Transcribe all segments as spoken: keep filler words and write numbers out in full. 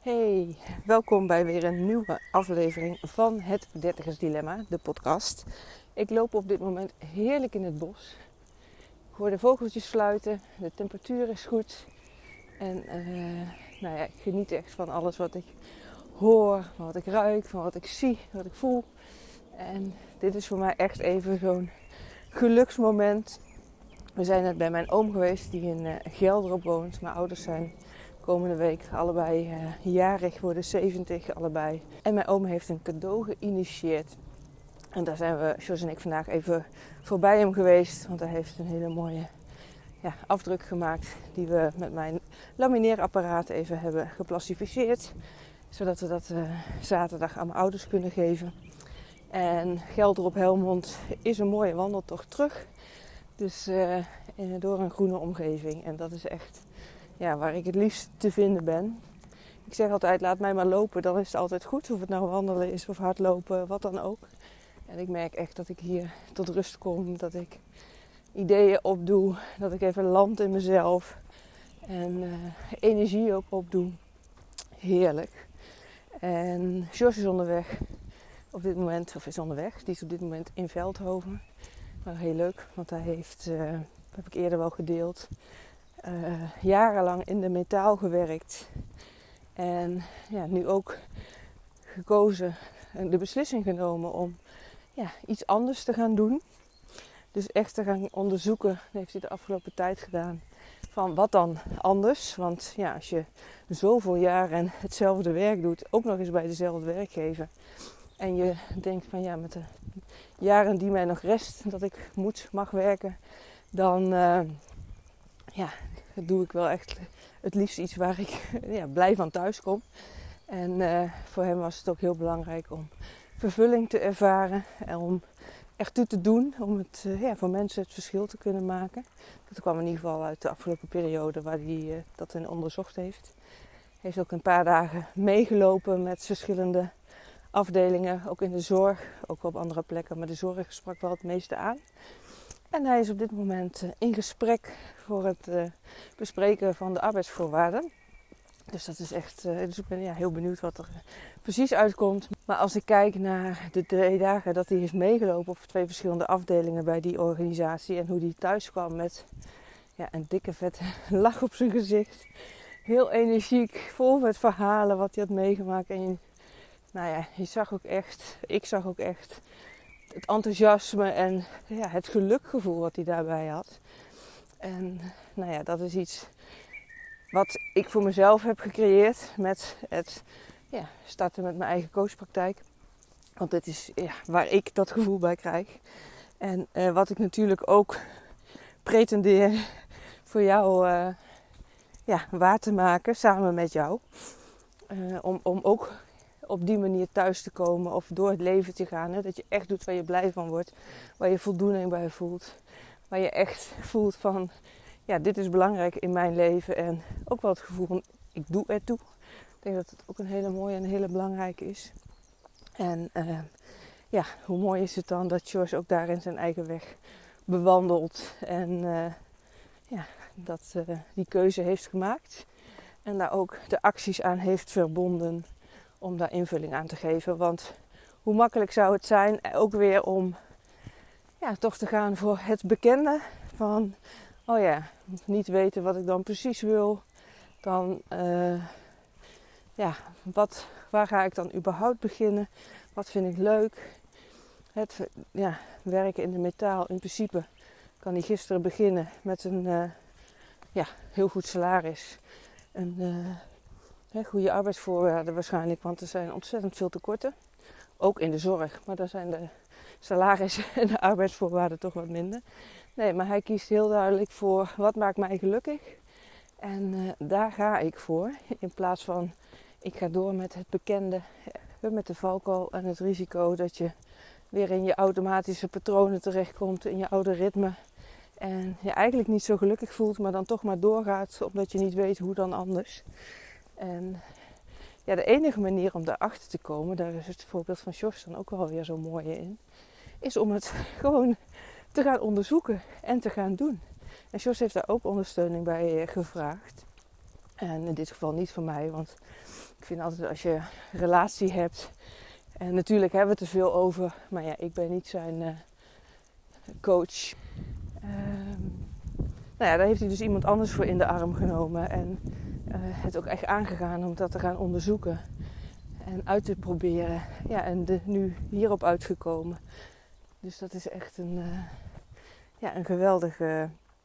Hey, welkom bij weer een nieuwe aflevering van het Dertigers Dilemma, de podcast. Ik loop op dit moment heerlijk in het bos. Ik hoor de vogeltjes fluiten, de temperatuur is goed. En uh, nou ja, ik geniet echt van alles wat ik hoor, van wat ik ruik, van wat ik zie, wat ik voel. En dit is voor mij echt even zo'n geluksmoment. We zijn net bij mijn oom geweest die in uh, Gelderop woont. Mijn ouders zijn komende week allebei uh, jarig, worden zeventig allebei. En mijn oom heeft een cadeau geïnitieerd. En daar zijn we, Jos en ik, vandaag even voorbij hem geweest. Want hij heeft een hele mooie ja, afdruk gemaakt die we met mijn lamineerapparaat even hebben geplastificeerd. Zodat we dat uh, zaterdag aan mijn ouders kunnen geven. En Gelderop Helmond is een mooie wandeltocht terug. Dus uh, in, door een groene omgeving. En dat is echt ja, waar ik het liefst te vinden ben. Ik zeg altijd, laat mij maar lopen, dan is het altijd goed. Of het nou wandelen is of hardlopen, wat dan ook. En ik merk echt dat ik hier tot rust kom. Dat ik ideeën opdoe. Dat ik even land in mezelf. En uh, energie ook opdoe. Heerlijk. En Jos is onderweg op dit moment, of is onderweg. Die is op dit moment in Veldhoven. Maar heel leuk, want hij heeft, uh, dat heb ik eerder wel gedeeld, uh, jarenlang in de metaal gewerkt. En ja, nu ook gekozen en de beslissing genomen om ja, iets anders te gaan doen. Dus echt te gaan onderzoeken, dat heeft hij de afgelopen tijd gedaan, van wat dan anders. Want ja, als je zoveel jaren hetzelfde werk doet, ook nog eens bij dezelfde werkgever. En je denkt van ja, met de jaren die mij nog rest, dat ik moet, mag werken, dan uh, ja, doe ik wel echt het liefst iets waar ik ja, blij van thuis kom. En uh, voor hem was het ook heel belangrijk om vervulling te ervaren en om ertoe te doen, om het uh, ja, voor mensen het verschil te kunnen maken. Dat kwam in ieder geval uit de afgelopen periode waar hij uh, dat in onderzocht heeft. Hij heeft ook een paar dagen meegelopen met verschillende afdelingen, ook in de zorg, ook op andere plekken, maar de zorg sprak wel het meeste aan. En hij is op dit moment in gesprek voor het uh, bespreken van de arbeidsvoorwaarden. Dus dat is echt, uh, dus ik ben ja, heel benieuwd wat er precies uitkomt. Maar als ik kijk naar de twee dagen dat hij is meegelopen op twee verschillende afdelingen bij die organisatie en hoe hij thuis kwam met ja, een dikke vette lach op zijn gezicht. Heel energiek, vol met verhalen wat hij had meegemaakt. En je, nou ja, je zag ook echt, ik zag ook echt het enthousiasme en ja, het gelukgevoel wat hij daarbij had. En nou ja, dat is iets wat ik voor mezelf heb gecreëerd met het ja, starten met mijn eigen coachpraktijk. Want dit is ja, waar ik dat gevoel bij krijg. En uh, wat ik natuurlijk ook pretendeer voor jou uh, ja, waar te maken samen met jou. Uh, om, om ook op die manier thuis te komen of door het leven te gaan. Hè? Dat je echt doet waar je blij van wordt. Waar je voldoening bij voelt. Waar je echt voelt van, ja, dit is belangrijk in mijn leven. En ook wel het gevoel van, ik doe ertoe. Ik denk dat het ook een hele mooie en een hele belangrijke is. En uh, ja, hoe mooi is het dan dat Jos ook daarin zijn eigen weg bewandelt. En uh, ja, dat uh, die keuze heeft gemaakt. En daar ook de acties aan heeft verbonden om daar invulling aan te geven. Want hoe makkelijk zou het zijn ook weer om ja, toch te gaan voor het bekende. Van, oh ja, niet weten wat ik dan precies wil. Dan, uh, ja, wat, waar ga ik dan überhaupt beginnen? Wat vind ik leuk? Het ja, werken in de metaal, in principe kan hij gisteren beginnen met een uh, ja, heel goed salaris. Een uh, goede arbeidsvoorwaarden waarschijnlijk, want er zijn ontzettend veel tekorten. Ook in de zorg, maar daar zijn de salarissen en de arbeidsvoorwaarden toch wat minder. Nee, maar hij kiest heel duidelijk voor wat maakt mij gelukkig. En uh, daar ga ik voor. In plaats van, ik ga door met het bekende, met de valkuil en het risico dat je weer in je automatische patronen terechtkomt, in je oude ritme. En je eigenlijk niet zo gelukkig voelt, maar dan toch maar doorgaat, omdat je niet weet hoe dan anders. En ja, de enige manier om daarachter te komen, daar is het voorbeeld van Jos dan ook wel weer zo mooi in, is om het gewoon te gaan onderzoeken en te gaan doen. En Jos heeft daar ook ondersteuning bij gevraagd. En in dit geval niet van mij, want ik vind altijd als je een relatie hebt, en natuurlijk hebben we het er veel over, maar ja, ik ben niet zijn uh, coach. Um, nou ja, daar heeft hij dus iemand anders voor in de arm genomen en uh, het ook echt aangegaan om dat te gaan onderzoeken en uit te proberen. Ja, en de, nu hierop uitgekomen. Dus dat is echt een, uh, ja, een geweldige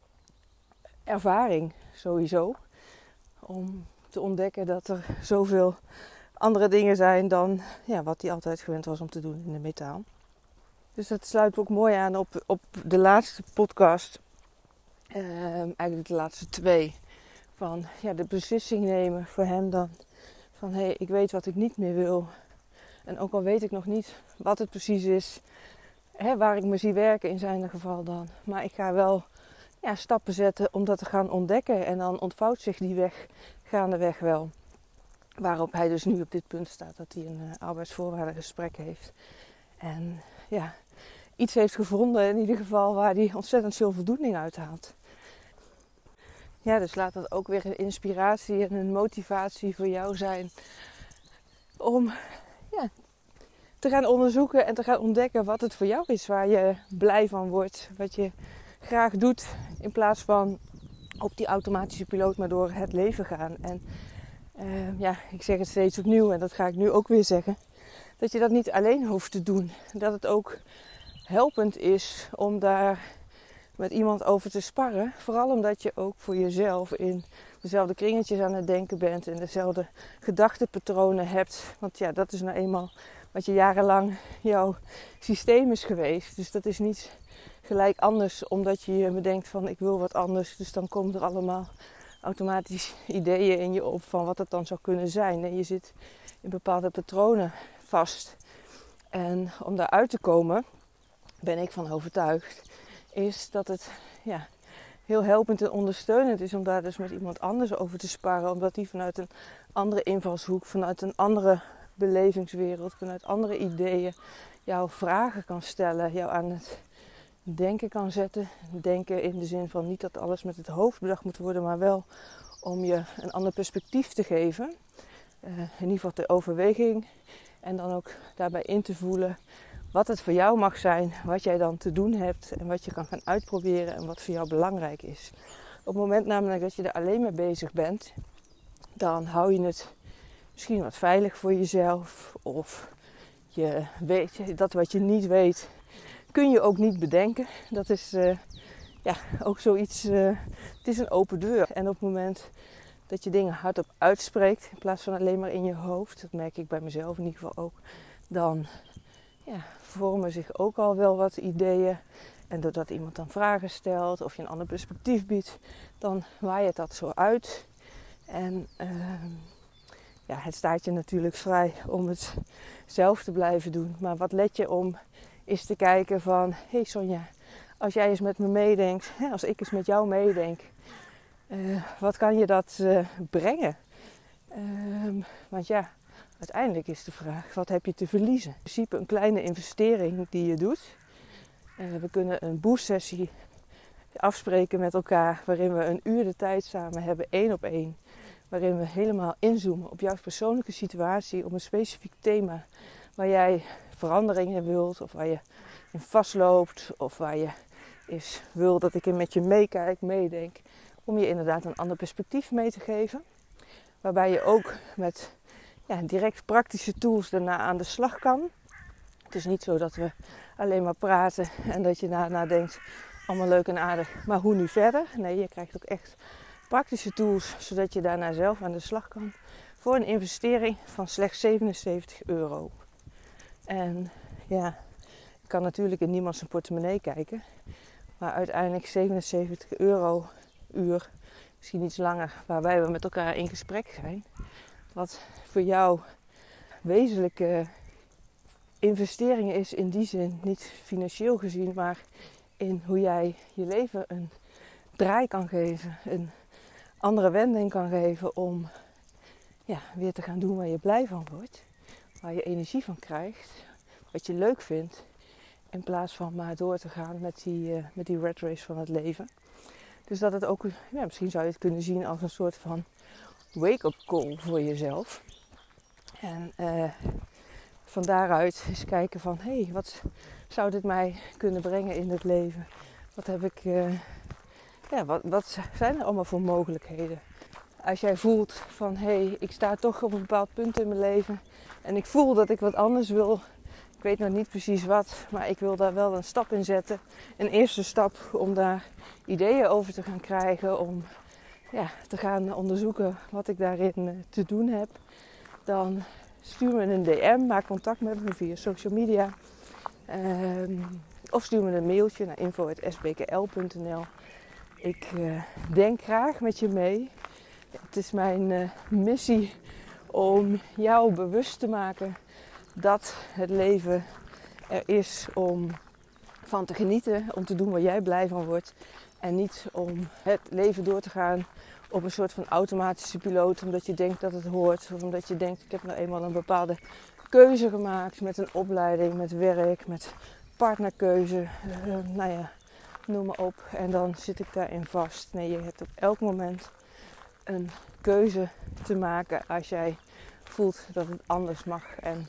ervaring sowieso. Om te ontdekken dat er zoveel andere dingen zijn dan ja, wat hij altijd gewend was om te doen in de metaal. Dus dat sluit ook mooi aan op, op de laatste podcast. Uh, eigenlijk de laatste twee. Van ja, de beslissing nemen voor hem dan. Van hé, hey, ik weet wat ik niet meer wil. En ook al weet ik nog niet wat het precies is. Hè, waar ik me zie werken in zijn geval dan. Maar ik ga wel ja, stappen zetten om dat te gaan ontdekken. En dan ontvouwt zich die weg gaandeweg wel. Waarop hij dus nu op dit punt staat. Dat hij een uh, arbeidsvoorwaardengesprek heeft. En ja, iets heeft gevonden in ieder geval waar hij ontzettend veel voldoening uit haalt. Ja, dus laat dat ook weer een inspiratie en een motivatie voor jou zijn. Om ja, te gaan onderzoeken en te gaan ontdekken wat het voor jou is. Waar je blij van wordt. Wat je graag doet. In plaats van op die automatische piloot maar door het leven gaan. En uh, ja, ik zeg het steeds opnieuw en dat ga ik nu ook weer zeggen. Dat je dat niet alleen hoeft te doen. Dat het ook helpend is om daar met iemand over te sparren. Vooral omdat je ook voor jezelf in dezelfde kringetjes aan het denken bent. En dezelfde gedachtenpatronen hebt. Want ja, dat is nou eenmaal wat je jarenlang jouw systeem is geweest. Dus dat is niet gelijk anders omdat je je bedenkt van ik wil wat anders. Dus dan komen er allemaal automatisch ideeën in je op van wat het dan zou kunnen zijn. En je zit in bepaalde patronen vast. En om daaruit te komen, ben ik van overtuigd, is dat het ja, heel helpend en ondersteunend is om daar dus met iemand anders over te sparren. Omdat die vanuit een andere invalshoek, vanuit een andere belevingswereld, vanuit andere ideeën jouw vragen kan stellen. Jou aan het denken kan zetten. Denken in de zin van niet dat alles met het hoofd bedacht moet worden, maar wel om je een ander perspectief te geven. Uh, in ieder geval de overweging. En dan ook daarbij in te voelen wat het voor jou mag zijn, wat jij dan te doen hebt en wat je kan gaan uitproberen en wat voor jou belangrijk is. Op het moment namelijk dat je er alleen mee bezig bent, dan hou je het misschien wat veilig voor jezelf. Of je weet dat wat je niet weet, kun je ook niet bedenken. Dat is uh, ja, ook zoiets, uh, het is een open deur. En op het moment dat je dingen hardop uitspreekt, in plaats van alleen maar in je hoofd, dat merk ik bij mezelf in ieder geval ook, dan ja, vormen zich ook al wel wat ideeën. En doordat iemand dan vragen stelt of je een ander perspectief biedt, dan waait dat zo uit. En uh, ja, het staat je natuurlijk vrij om het zelf te blijven doen. Maar wat let je om is te kijken van, hé hey Sonja, als jij eens met me meedenkt, hè, als ik eens met jou meedenk, uh, wat kan je dat uh, brengen? Uh, want ja, uiteindelijk is de vraag, wat heb je te verliezen? In principe een kleine investering die je doet. Uh, we kunnen een boost-sessie afspreken met elkaar, waarin we een uur de tijd samen hebben, één op één. Waarin we helemaal inzoomen op jouw persoonlijke situatie, op een specifiek thema waar jij veranderingen wilt, of waar je in vastloopt, of waar je is wil dat ik in met je meekijk, meedenk, om je inderdaad een ander perspectief mee te geven. Waarbij je ook met ja, direct praktische tools daarna aan de slag kan. Het is niet zo dat we alleen maar praten en dat je daarna denkt, allemaal leuk en aardig, maar hoe nu verder? Nee, je krijgt ook echt praktische tools, zodat je daarna zelf aan de slag kan. Voor een investering van slechts zevenenzeventig euro. En ja, ik kan natuurlijk in niemands portemonnee kijken. Maar uiteindelijk zevenenzeventig euro uur, misschien iets langer, waarbij we met elkaar in gesprek zijn. Wat voor jou wezenlijke investeringen is in die zin, niet financieel gezien, maar in hoe jij je leven een draai kan geven. Een andere wending kan geven om ja, weer te gaan doen waar je blij van wordt. Waar je energie van krijgt. Wat je leuk vindt. In plaats van maar door te gaan met die, uh, met die rat race van het leven. Dus dat het ook, ja, misschien zou je het kunnen zien als een soort van wake-up call voor jezelf. En uh, van daaruit eens kijken van, hé, hey, wat zou dit mij kunnen brengen in het leven? Wat heb ik, uh, ja, wat, wat zijn er allemaal voor mogelijkheden? Als jij voelt van, hé, hey, ik sta toch op een bepaald punt in mijn leven en ik voel dat ik wat anders wil. Ik weet nog niet precies wat, maar ik wil daar wel een stap in zetten. Een eerste stap om daar ideeën over te gaan krijgen, om ja, te gaan onderzoeken wat ik daarin te doen heb. Dan stuur me een D M, maak contact met me via social media. Um, of stuur me een mailtje naar info at s b k l punt n l. Ik uh, denk graag met je mee. Het is mijn uh, missie om jou bewust te maken dat het leven er is om van te genieten, om te doen waar jij blij van wordt. En niet om het leven door te gaan op een soort van automatische piloot, omdat je denkt dat het hoort. Of omdat je denkt, ik heb nou eenmaal een bepaalde keuze gemaakt met een opleiding, met werk, met partnerkeuze. Uh, nou ja, noem maar op. En dan zit ik daarin vast. Nee, je hebt op elk moment een keuze te maken als jij voelt dat het anders mag. En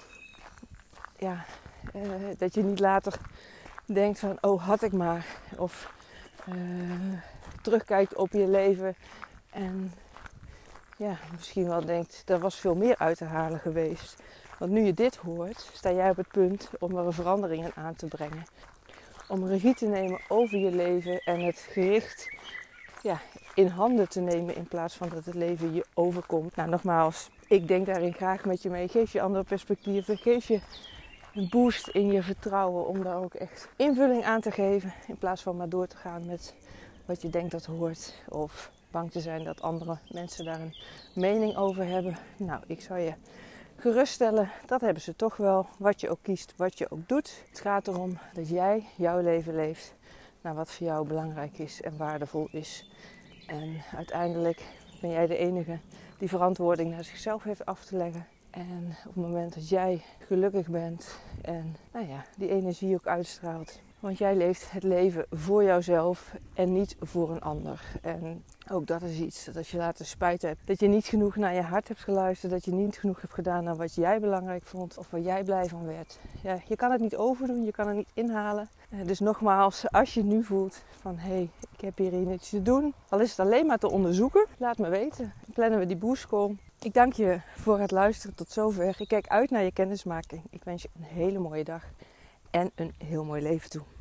ja, uh, dat je niet later denkt van, oh had ik maar. Of uh, terugkijkt op je leven en ja, misschien wel denkt, er was veel meer uit te halen geweest. Want nu je dit hoort, sta jij op het punt om er een verandering in aan te brengen. Om regie te nemen over je leven en het gericht ja, in handen te nemen in plaats van dat het leven je overkomt. Nou, nogmaals, ik denk daarin graag met je mee. Geef je andere perspectieven, geef je een boost in je vertrouwen om daar ook echt invulling aan te geven. In plaats van maar door te gaan met wat je denkt dat hoort. Of bang te zijn dat andere mensen daar een mening over hebben. Nou, ik zou je geruststellen, dat hebben ze toch wel. Wat je ook kiest, wat je ook doet. Het gaat erom dat jij jouw leven leeft naar wat voor jou belangrijk is en waardevol is. En uiteindelijk ben jij de enige die verantwoording naar zichzelf heeft af te leggen. En op het moment dat jij gelukkig bent en nou ja, die energie ook uitstraalt. Want jij leeft het leven voor jouzelf en niet voor een ander. En ook dat is iets dat als je later spijt hebt. Dat je niet genoeg naar je hart hebt geluisterd. Dat je niet genoeg hebt gedaan naar wat jij belangrijk vond. Of waar jij blij van werd. Ja, je kan het niet overdoen. Je kan het niet inhalen. Dus nogmaals, als je nu voelt van hé, hey, ik heb hier iets te doen. Al is het alleen maar te onderzoeken. Laat me weten. Dan plannen we die boost call. Ik dank je voor het luisteren tot zover. Ik kijk uit naar je kennismaking. Ik wens je een hele mooie dag en een heel mooi leven toe.